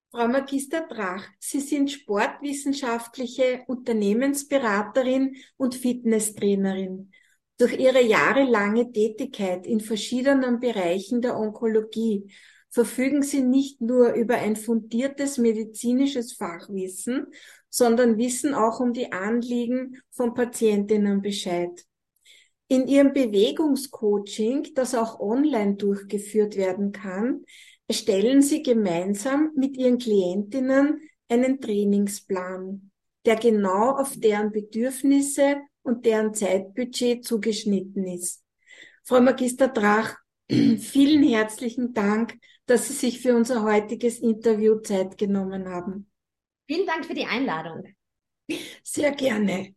Frau Magister Drach, Sie sind sportwissenschaftliche Unternehmensberaterin und Fitnesstrainerin. Durch Ihre jahrelange Tätigkeit in verschiedenen Bereichen der Onkologie verfügen Sie nicht nur über ein fundiertes medizinisches Fachwissen, sondern wissen auch um die Anliegen von Patientinnen Bescheid. In Ihrem Bewegungscoaching, das auch online durchgeführt werden kann, erstellen Sie gemeinsam mit Ihren Klientinnen einen Trainingsplan, der genau auf deren Bedürfnisse und deren Zeitbudget zugeschnitten ist. Frau Magister Drach, vielen herzlichen Dank, dass Sie sich für unser heutiges Interview Zeit genommen haben. Vielen Dank für die Einladung. Sehr gerne.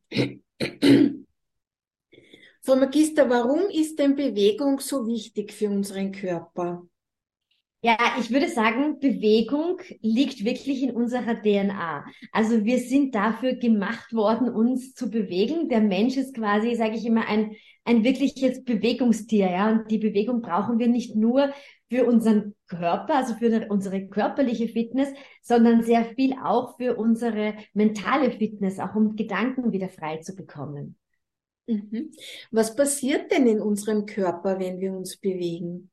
Frau Magister, warum ist denn Bewegung so wichtig für unseren Körper? Ja, ich würde sagen, Bewegung liegt wirklich in unserer DNA. Also wir sind dafür gemacht worden, uns zu bewegen. Der Mensch ist quasi, sage ich immer, ein wirkliches Bewegungstier, ja. Und die Bewegung brauchen wir nicht nur für unseren Körper, also für unsere körperliche Fitness, sondern sehr viel auch für unsere mentale Fitness, auch um Gedanken wieder frei zu bekommen. Mhm. Was passiert denn in unserem Körper, wenn wir uns bewegen?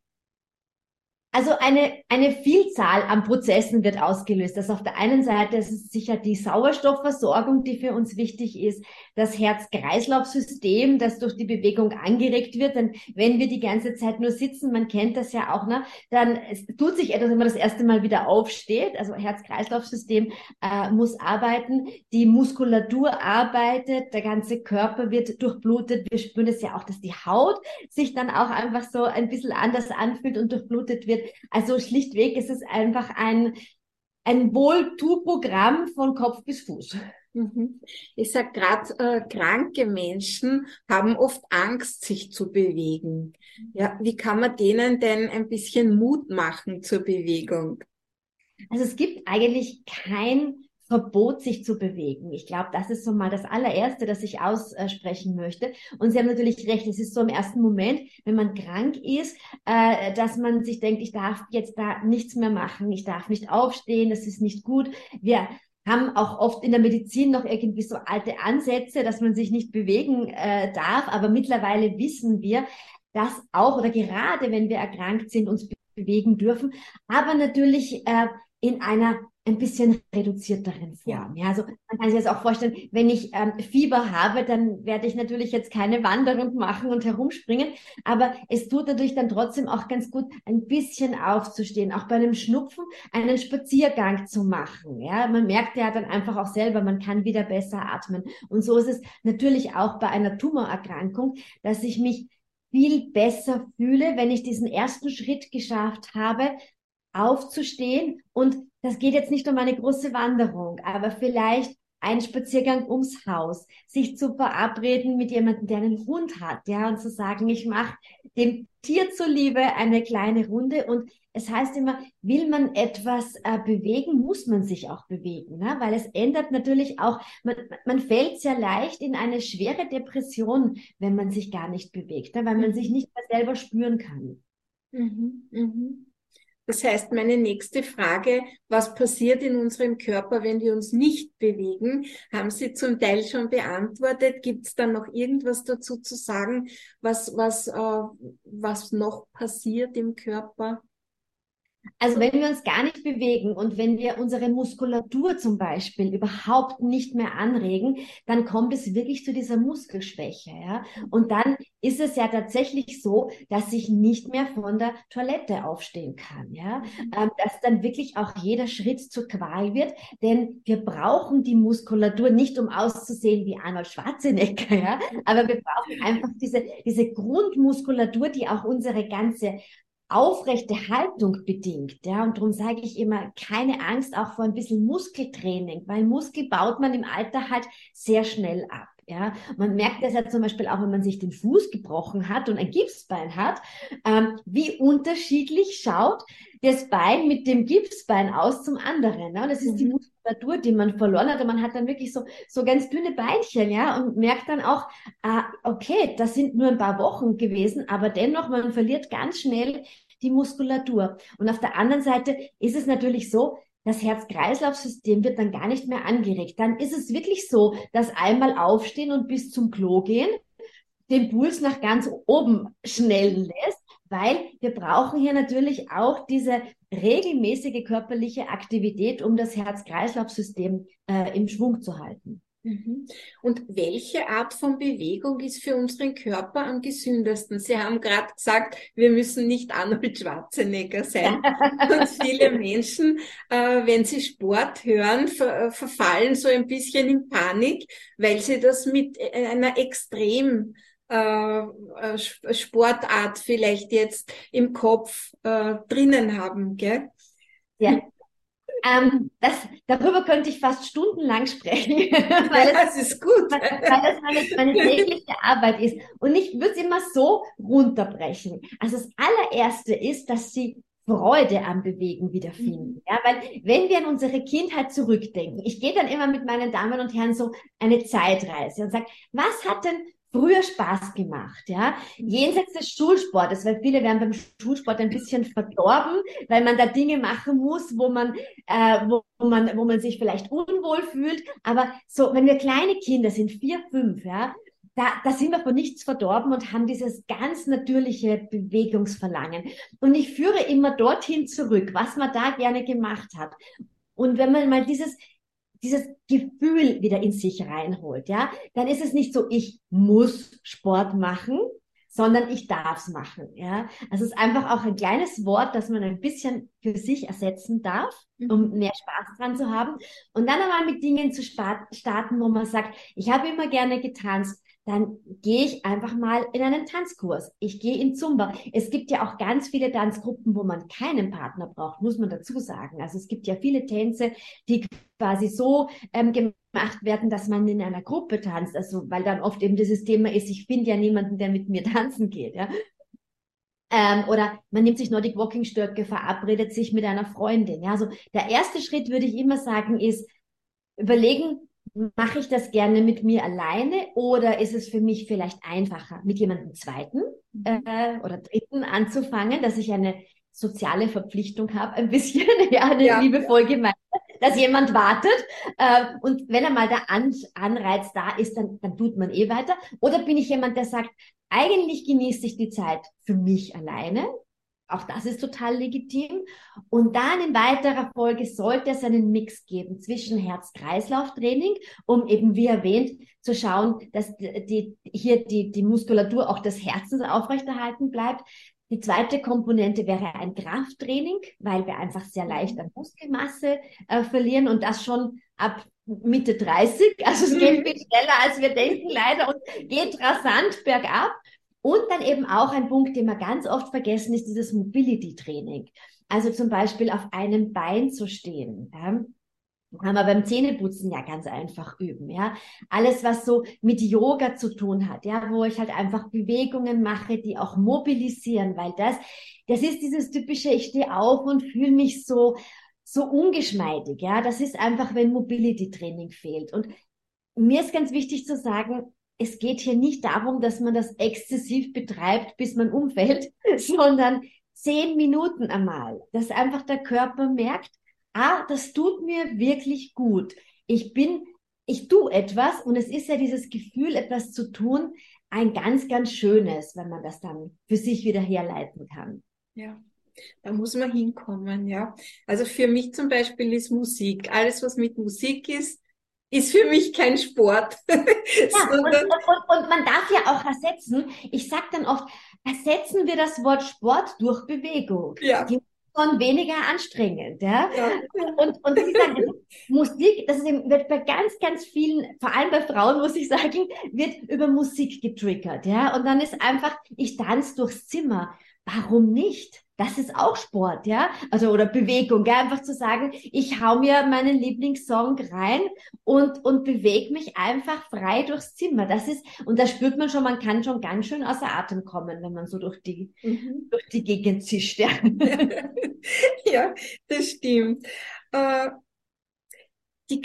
Also eine Vielzahl an Prozessen wird ausgelöst. Also auf der einen Seite ist es sicher die Sauerstoffversorgung, die für uns wichtig ist, das Herz-Kreislauf-System, das durch die Bewegung angeregt wird. Denn wenn wir die ganze Zeit nur sitzen, man kennt das ja auch, ne, dann es tut sich etwas, wenn man das erste Mal wieder aufsteht. Also Herz-Kreislauf-System muss arbeiten, die Muskulatur arbeitet, der ganze Körper wird durchblutet. Wir spüren es ja auch, dass die Haut sich dann auch einfach so ein bisschen anders anfühlt und durchblutet wird. Also schlichtweg ist es einfach ein Wohltuprogramm von Kopf bis Fuß. Mhm. Ich sag gerade, kranke Menschen haben oft Angst, sich zu bewegen. Ja, wie kann man denen denn ein bisschen Mut machen zur Bewegung? Also es gibt eigentlich kein Verbot, sich zu bewegen. Ich glaube, das ist so mal das allererste, das ich aussprechen möchte. Und Sie haben natürlich recht, es ist so im ersten Moment, wenn man krank ist, dass man sich denkt, ich darf jetzt da nichts mehr machen, ich darf nicht aufstehen, das ist nicht gut. Wir haben auch oft in der Medizin noch irgendwie so alte Ansätze, dass man sich nicht bewegen darf. Aber mittlerweile wissen wir, dass auch oder gerade wenn wir erkrankt sind, uns bewegen dürfen. Aber natürlich in einer ein bisschen reduzierteren Ja. Form. Ja, also man kann sich das auch vorstellen, wenn ich Fieber habe, dann werde ich natürlich jetzt keine Wanderung machen und herumspringen, aber es tut natürlich dann trotzdem auch ganz gut, ein bisschen aufzustehen, auch bei einem Schnupfen einen Spaziergang zu machen. Ja, man merkt ja dann einfach auch selber, man kann wieder besser atmen. Und so ist es natürlich auch bei einer Tumorerkrankung, dass ich mich viel besser fühle, wenn ich diesen ersten Schritt geschafft habe, aufzustehen. Und das geht jetzt nicht um eine große Wanderung, aber vielleicht ein Spaziergang ums Haus, sich zu verabreden mit jemandem, der einen Hund hat, ja, und zu sagen, ich mache dem Tier zuliebe eine kleine Runde. Und es heißt immer, will man etwas bewegen, muss man sich auch bewegen, ne? Weil es ändert natürlich auch, man fällt sehr leicht in eine schwere Depression, wenn man sich gar nicht bewegt, ne? Weil man sich Mhm. nicht mehr selber spüren kann. Mhm. Mhm. Das heißt, meine nächste Frage, was passiert in unserem Körper, wenn wir uns nicht bewegen, haben Sie zum Teil schon beantwortet. Gibt es da noch irgendwas dazu zu sagen, was noch passiert im Körper? Also wenn wir uns gar nicht bewegen und wenn wir unsere Muskulatur zum Beispiel überhaupt nicht mehr anregen, dann kommt es wirklich zu dieser Muskelschwäche, ja. Und dann ist es ja tatsächlich so, dass ich nicht mehr von der Toilette aufstehen kann, ja. Dass dann wirklich auch jeder Schritt zur Qual wird, denn wir brauchen die Muskulatur nicht, um auszusehen wie Arnold Schwarzenegger, ja. Aber wir brauchen einfach diese Grundmuskulatur, die auch unsere ganze aufrechte Haltung bedingt, ja, und darum sage ich immer, keine Angst auch vor ein bisschen Muskeltraining, weil Muskel baut man im Alter halt sehr schnell ab, ja. Man merkt das ja zum Beispiel auch, wenn man sich den Fuß gebrochen hat und ein Gipsbein hat, wie unterschiedlich schaut das Bein mit dem Gipsbein aus zum anderen, ne? Und das ist die Mhm. Muskulatur, die man verloren hat, und man hat dann wirklich so ganz dünne Beinchen, ja, und merkt dann auch, okay, das sind nur ein paar Wochen gewesen, aber dennoch, man verliert ganz schnell die Muskulatur. Und auf der anderen Seite ist es natürlich so, das Herz-Kreislauf-System wird dann gar nicht mehr angeregt. Dann ist es wirklich so, dass einmal aufstehen und bis zum Klo gehen den Puls nach ganz oben schnellen lässt, weil wir brauchen hier natürlich auch diese regelmäßige körperliche Aktivität, um das Herz-Kreislauf-System im Schwung zu halten. Mhm. Und welche Art von Bewegung ist für unseren Körper am gesündesten? Sie haben gerade gesagt, wir müssen nicht Arnold Schwarzenegger sein. Und viele Menschen, wenn sie Sport hören, verfallen so ein bisschen in Panik, weil sie das mit einer extrem Sportart vielleicht jetzt im Kopf drinnen haben, gell? Ja, darüber könnte ich fast stundenlang sprechen, Ja, das ist gut. weil es meine tägliche Arbeit ist. Und ich würde es immer so runterbrechen. Also das allererste ist, dass sie Freude am Bewegen wiederfinden. Ja, weil wenn wir an unsere Kindheit zurückdenken, ich gehe dann immer mit meinen Damen und Herren so eine Zeitreise und sage, was hat denn früher Spaß gemacht, ja? Jenseits des Schulsportes, weil viele werden beim Schulsport ein bisschen verdorben, weil man da Dinge machen muss, wo man sich vielleicht unwohl fühlt. Aber so, wenn wir kleine Kinder sind, 4, 5, ja, da sind wir von nichts verdorben und haben dieses ganz natürliche Bewegungsverlangen. Und ich führe immer dorthin zurück, was man da gerne gemacht hat. Und wenn man mal dieses Gefühl wieder in sich reinholt, ja, dann ist es nicht so, ich muss Sport machen, sondern ich darf es machen, ja. Also es ist einfach auch ein kleines Wort, das man ein bisschen für sich ersetzen darf, um mehr Spaß dran zu haben. Und dann einmal mit Dingen zu starten, wo man sagt, ich habe immer gerne getanzt, dann gehe ich einfach mal in einen Tanzkurs. Ich gehe in Zumba. Es gibt ja auch ganz viele Tanzgruppen, wo man keinen Partner braucht, muss man dazu sagen. Also es gibt ja viele Tänze, die quasi so gemacht werden, dass man in einer Gruppe tanzt. Also weil dann oft eben dieses Thema ist, ich finde ja niemanden, der mit mir tanzen geht. Ja? Oder man nimmt sich Nordic Walking Stöcke, verabredet sich mit einer Freundin. Ja? Also der erste Schritt, würde ich immer sagen, ist überlegen, mache ich das gerne mit mir alleine oder ist es für mich vielleicht einfacher, mit jemandem zweiten oder dritten anzufangen, dass ich eine soziale Verpflichtung habe, ein bisschen, ja, eine liebevoll gemeint, dass jemand wartet und wenn einmal der Anreiz da ist, dann tut man eh weiter. Oder bin ich jemand, der sagt, eigentlich genieße ich die Zeit für mich alleine. Auch das ist total legitim. Und dann in weiterer Folge sollte es einen Mix geben zwischen Herz-Kreislauf-Training, um eben, wie erwähnt, zu schauen, dass die Muskulatur auch des Herzens aufrechterhalten bleibt. Die zweite Komponente wäre ein Krafttraining, weil wir einfach sehr leicht an Muskelmasse verlieren und das schon ab Mitte 30. Also es geht viel schneller, als wir denken, leider, und geht rasant bergab. Und dann eben auch ein Punkt, den wir ganz oft vergessen, ist dieses Mobility-Training. Also zum Beispiel auf einem Bein zu stehen. Ja. Kann man beim Zähneputzen ja ganz einfach üben, ja. Alles, was so mit Yoga zu tun hat, ja, wo ich halt einfach Bewegungen mache, die auch mobilisieren, weil das ist dieses typische, ich stehe auf und fühle mich so ungeschmeidig, ja. Das ist einfach, wenn Mobility-Training fehlt. Und mir ist ganz wichtig zu sagen, es geht hier nicht darum, dass man das exzessiv betreibt, bis man umfällt, sondern 10 Minuten einmal, dass einfach der Körper merkt, das tut mir wirklich gut. Ich tue etwas und es ist ja dieses Gefühl, etwas zu tun, ein ganz, ganz schönes, wenn man das dann für sich wieder herleiten kann. Ja. Da muss man hinkommen, ja. Also für mich zum Beispiel ist Musik. Alles, was mit Musik ist für mich kein Sport. Ja, und man darf ja auch ersetzen. Ich sage dann oft, ersetzen wir das Wort Sport durch Bewegung. Ja. Die ist schon weniger anstrengend. Ja? Ja. Und wie gesagt, Musik, das ist eben, wird bei ganz, ganz vielen, vor allem bei Frauen, muss ich sagen, wird über Musik getriggert. Ja? Und dann ist einfach, ich tanze durchs Zimmer. Warum nicht? Das ist auch Sport, ja? Also, oder Bewegung, ja? Einfach zu sagen, ich hau mir meinen Lieblingssong rein und bewege mich einfach frei durchs Zimmer. Das ist, und da spürt man schon, man kann schon ganz schön außer Atem kommen, wenn man so durch die Gegend zischt, ja. Ja, das stimmt. Die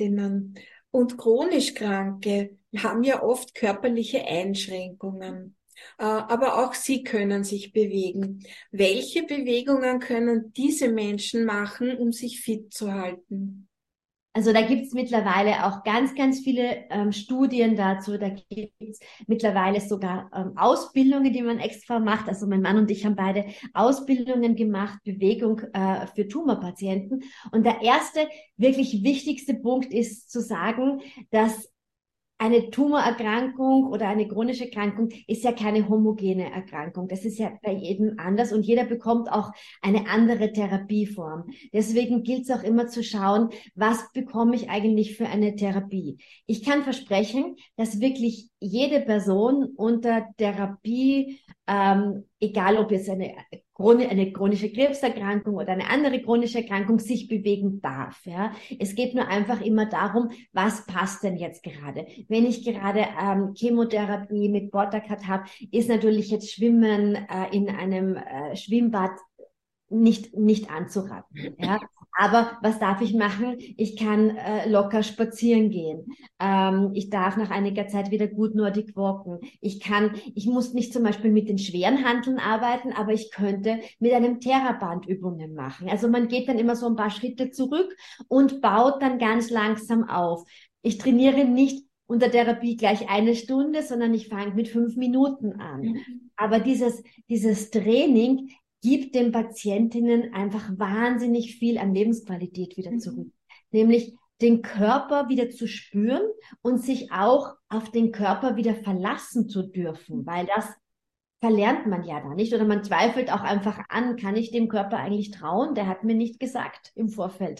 Krebspatientinnen und chronisch Kranke haben ja oft körperliche Einschränkungen. Aber auch sie können sich bewegen. Welche Bewegungen können diese Menschen machen, um sich fit zu halten? Also da gibt's mittlerweile auch ganz, ganz viele Studien dazu. Da gibt's mittlerweile sogar Ausbildungen, die man extra macht. Also mein Mann und ich haben beide Ausbildungen gemacht, Bewegung für Tumorpatienten. Und der erste, wirklich wichtigste Punkt ist zu sagen, dass eine Tumorerkrankung oder eine chronische Erkrankung ist ja keine homogene Erkrankung. Das ist ja bei jedem anders und jeder bekommt auch eine andere Therapieform. Deswegen gilt es auch immer zu schauen, was bekomme ich eigentlich für eine Therapie. Ich kann versprechen, dass wirklich jede Person unter Therapie, egal ob jetzt eine chronische Krebserkrankung oder eine andere chronische Erkrankung, sich bewegen darf. Ja? Es geht nur einfach immer darum, was passt denn jetzt gerade. Wenn ich gerade Chemotherapie mit Bortakat habe, ist natürlich jetzt Schwimmen in einem Schwimmbad nicht anzuraten. Ja? Aber was darf ich machen? Ich kann locker spazieren gehen. Ich darf nach einiger Zeit wieder gut Nordic walken. Ich muss nicht zum Beispiel mit den schweren Hanteln arbeiten, aber ich könnte mit einem Theraband Übungen machen. Also man geht dann immer so ein paar Schritte zurück und baut dann ganz langsam auf. Ich trainiere nicht unter Therapie gleich eine Stunde, sondern ich fange mit 5 Minuten an. Mhm. Aber dieses Training gibt den Patientinnen einfach wahnsinnig viel an Lebensqualität wieder zurück. Mhm. Nämlich den Körper wieder zu spüren und sich auch auf den Körper wieder verlassen zu dürfen, weil das verlernt man ja da nicht oder man zweifelt auch einfach an, kann ich dem Körper eigentlich trauen? Der hat mir nicht gesagt im Vorfeld,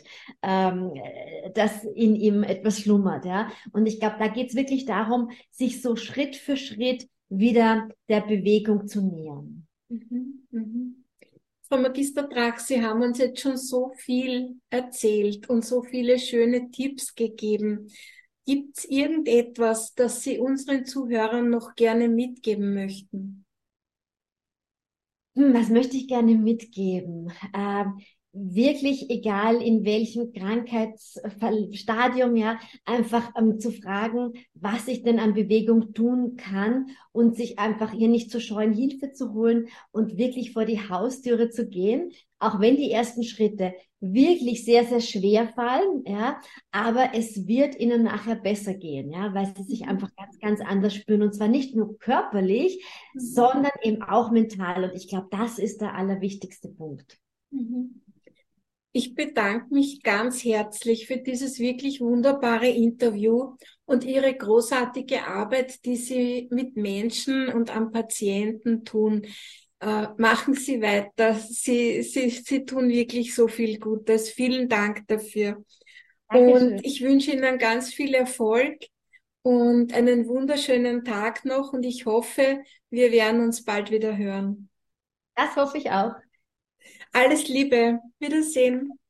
dass in ihm etwas schlummert, ja. Und ich glaube, da geht es wirklich darum, sich so Schritt für Schritt wieder der Bewegung zu nähern. Mhm. Mhm. Frau Magister Drach, Sie haben uns jetzt schon so viel erzählt und so viele schöne Tipps gegeben. Gibt es irgendetwas, das Sie unseren Zuhörern noch gerne mitgeben möchten? Was möchte ich gerne mitgeben? Wirklich egal in welchem Krankheitsstadium, ja, einfach zu fragen, was ich denn an Bewegung tun kann und sich einfach hier nicht zu scheuen, Hilfe zu holen und wirklich vor die Haustüre zu gehen, auch wenn die ersten Schritte wirklich sehr, sehr schwer fallen, ja, aber es wird ihnen nachher besser gehen, ja, weil sie sich Mhm. einfach ganz, ganz anders spüren und zwar nicht nur körperlich, Mhm. sondern eben auch mental. Und ich glaube, das ist der allerwichtigste Punkt. Mhm. Ich bedanke mich ganz herzlich für dieses wirklich wunderbare Interview und Ihre großartige Arbeit, die Sie mit Menschen und am Patienten tun. Machen Sie weiter. Sie tun wirklich so viel Gutes. Vielen Dank dafür. Und Dankeschön. ich wünsche Ihnen ganz viel Erfolg und einen wunderschönen Tag noch. Und ich hoffe, wir werden uns bald wieder hören. Das hoffe ich auch. Alles Liebe. Wiedersehen.